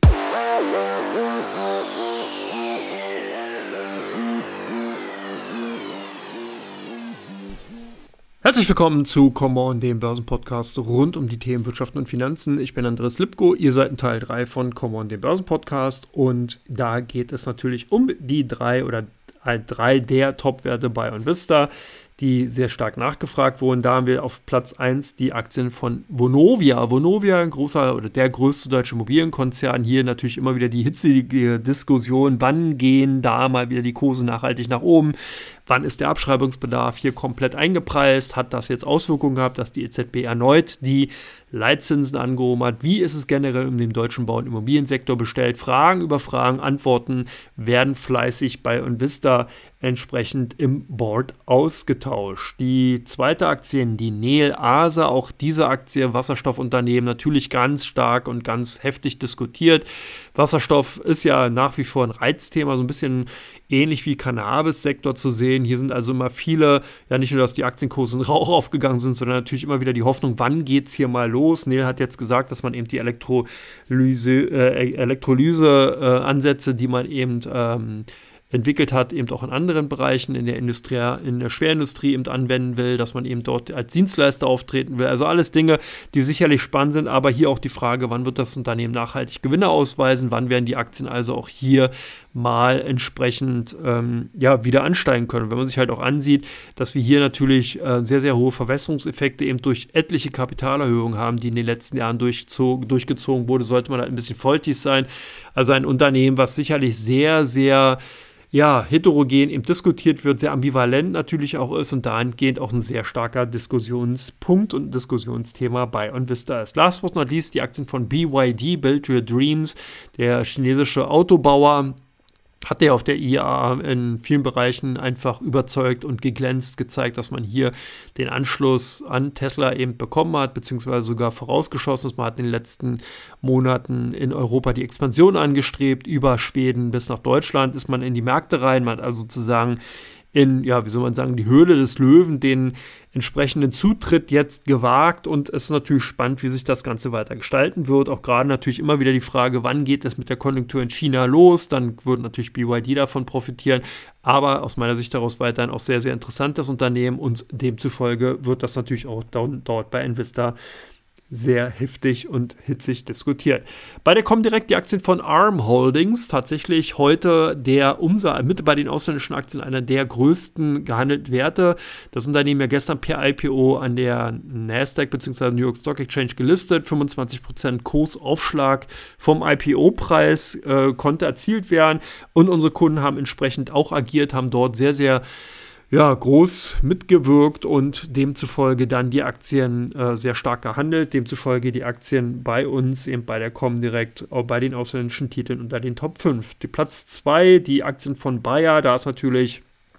Speaker 1: Herzlich willkommen zu Come On, dem Börsenpodcast rund um die Themen Wirtschaft und Finanzen. Ich bin Andreas Lipko, ihr seid in Teil drei von Come On, dem Börsenpodcast und da geht es natürlich um die drei oder drei der Top-Werte bei Onvista, die sehr stark nachgefragt wurden. Da haben wir auf Platz eins die Aktien von Vonovia. Vonovia, ein großer oder der größte deutsche Immobilienkonzern. Hier natürlich immer wieder die hitzige Diskussion, wann gehen da mal wieder die Kurse nachhaltig nach oben? Wann ist der Abschreibungsbedarf hier komplett eingepreist? Hat das jetzt Auswirkungen gehabt, dass die E Z B erneut die Leitzinsen angehoben hat? Wie ist es generell um den deutschen Bau- und Immobiliensektor bestellt? Fragen über Fragen, Antworten werden fleißig bei Onvista entsprechend im Board ausgetauscht. Die zweite Aktie, die Nel Ase, auch diese Aktie, Wasserstoffunternehmen, natürlich ganz stark und ganz heftig diskutiert. Wasserstoff ist ja nach wie vor ein Reizthema, so ein bisschen ähnlich wie Cannabis-Sektor zu sehen. Hier sind also immer viele, ja nicht nur, dass die Aktienkurse in Rauch aufgegangen sind, sondern natürlich immer wieder die Hoffnung, wann geht es hier mal los? Nel hat jetzt gesagt, dass man eben die Elektrolyse, äh, Elektrolyse-Ansätze, äh, die man eben ähm, entwickelt hat, eben auch in anderen Bereichen, in der Industrie, in der Schwerindustrie eben anwenden will, dass man eben dort als Dienstleister auftreten will. Also alles Dinge, die sicherlich spannend sind, aber hier auch die Frage, wann wird das Unternehmen nachhaltig Gewinne ausweisen, wann werden die Aktien also auch hier mal entsprechend ähm, ja, wieder ansteigen können. Wenn man sich halt auch ansieht, dass wir hier natürlich äh, sehr, sehr hohe Verwässerungseffekte eben durch etliche Kapitalerhöhungen haben, die in den letzten Jahren durchgezogen wurde, sollte man halt ein bisschen vorsichtig sein. Also ein Unternehmen, was sicherlich sehr, sehr ja, heterogen eben diskutiert wird, sehr ambivalent natürlich auch ist und dahingehend auch ein sehr starker Diskussionspunkt und Diskussionsthema bei Onvista ist. Last but not least die Aktien von B Y D, Build Your Dreams, der chinesische Autobauer, hat der auf der I A in vielen Bereichen einfach überzeugt und geglänzt, gezeigt, dass man hier den Anschluss an Tesla eben bekommen hat, beziehungsweise sogar vorausgeschossen ist. Man hat in den letzten Monaten in Europa die Expansion angestrebt, über Schweden bis nach Deutschland ist man in die Märkte rein, man hat also sozusagen in, ja, wie soll man sagen, die Höhle des Löwen, den entsprechenden Zutritt jetzt gewagt und es ist natürlich spannend, wie sich das Ganze weiter gestalten wird. Auch gerade natürlich immer wieder die Frage, wann geht es mit der Konjunktur in China los? Dann würde natürlich B Y D davon profitieren, aber aus meiner Sicht daraus weiterhin auch sehr, sehr interessantes Unternehmen und demzufolge wird das natürlich auch dort bei Onvista sehr heftig und hitzig diskutiert. Bei der Comdirect die Aktien von Arm Holdings, tatsächlich heute der Umsatz, mit bei den ausländischen Aktien einer der größten gehandelten Werte. Das Unternehmen ja gestern per I P O an der Nasdaq bzw. New York Stock Exchange gelistet, fünfundzwanzig Prozent Kursaufschlag vom I P O-Preis äh, konnte erzielt werden und unsere Kunden haben entsprechend auch agiert, haben dort sehr, sehr ja, groß mitgewirkt und demzufolge dann die Aktien äh, sehr stark gehandelt, demzufolge die Aktien bei uns, eben bei der Comdirect, auch bei den ausländischen Titeln unter den Top fünf. Die Platz zwei, die Aktien von Bayer, da ist natürlich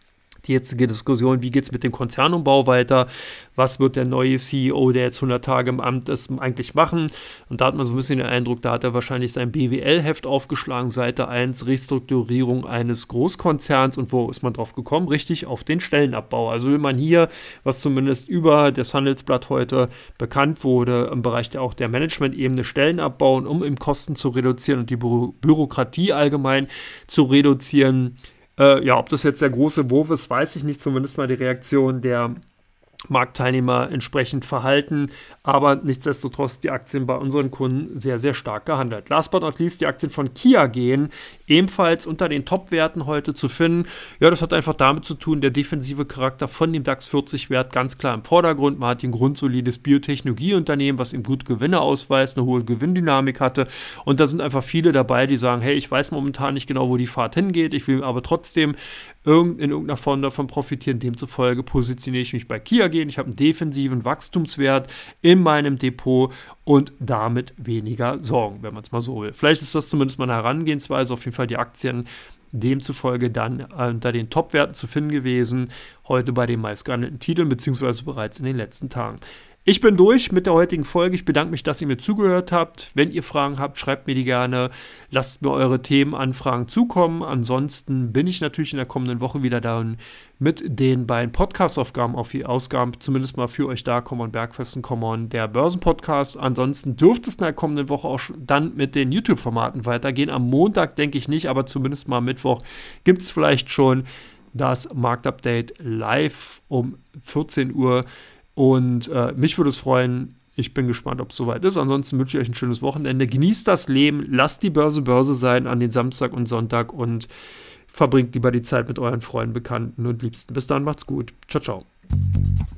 Speaker 1: die jetzige Diskussion, wie geht es mit dem Konzernumbau weiter, was wird der neue C E O, der jetzt hundert Tage im Amt ist, eigentlich machen. Und da hat man so ein bisschen den Eindruck, da hat er wahrscheinlich sein B W L-Heft aufgeschlagen, Seite eins, Restrukturierung eines Großkonzerns. Und wo ist man drauf gekommen? Richtig, auf den Stellenabbau. Also will man hier, was zumindest über das Handelsblatt heute bekannt wurde, im Bereich der, auch der Management-Ebene Stellen abbauen, um eben Kosten zu reduzieren und die Bü- Bürokratie allgemein zu reduzieren. Äh, ja, ob das jetzt der große Wurf ist, weiß ich nicht. Zumindest mal die Reaktion der Marktteilnehmer entsprechend verhalten, aber nichtsdestotrotz die Aktien bei unseren Kunden sehr, sehr stark gehandelt. Last but not least, die Aktien von Kia gehen ebenfalls unter den Top-Werten heute zu finden. Ja, das hat einfach damit zu tun, der defensive Charakter von dem DAX vierzig Wert ganz klar im Vordergrund. Man hat hier ein grundsolides Biotechnologieunternehmen, was ihm gut Gewinne ausweist, eine hohe Gewinndynamik hatte, und da sind einfach viele dabei, die sagen, hey, ich weiß momentan nicht genau, wo die Fahrt hingeht, ich will aber trotzdem in irgendeiner Form davon profitieren. Demzufolge positioniere ich mich bei Kia gehen. Ich habe einen defensiven Wachstumswert in meinem Depot und damit weniger Sorgen, wenn man es mal so will. Vielleicht ist das zumindest mal eine Herangehensweise. Auf jeden Fall die Aktien demzufolge dann unter den Top-Werten zu finden gewesen. Heute bei den meistgehandelten Titeln, beziehungsweise bereits in den letzten Tagen. Ich bin durch mit der heutigen Folge. Ich bedanke mich, dass ihr mir zugehört habt. Wenn ihr Fragen habt, schreibt mir die gerne. Lasst mir eure Themenanfragen zukommen. Ansonsten bin ich natürlich in der kommenden Woche wieder da mit den beiden Podcast-Aufgaben, auf die Ausgaben, zumindest mal für euch da, Common Bergfesten, Common, der Börsenpodcast. Ansonsten dürfte es in der kommenden Woche auch dann mit den YouTube-Formaten weitergehen. Am Montag denke ich nicht, aber zumindest mal am Mittwoch gibt es vielleicht schon das Marktupdate live um vierzehn Uhr. Und äh, mich würde es freuen. Ich bin gespannt, ob es soweit ist. Ansonsten wünsche ich euch ein schönes Wochenende. Genießt das Leben. Lasst die Börse Börse sein an den Samstag und Sonntag und verbringt lieber die Zeit mit euren Freunden, Bekannten und Liebsten. Bis dann, macht's gut. Ciao, ciao.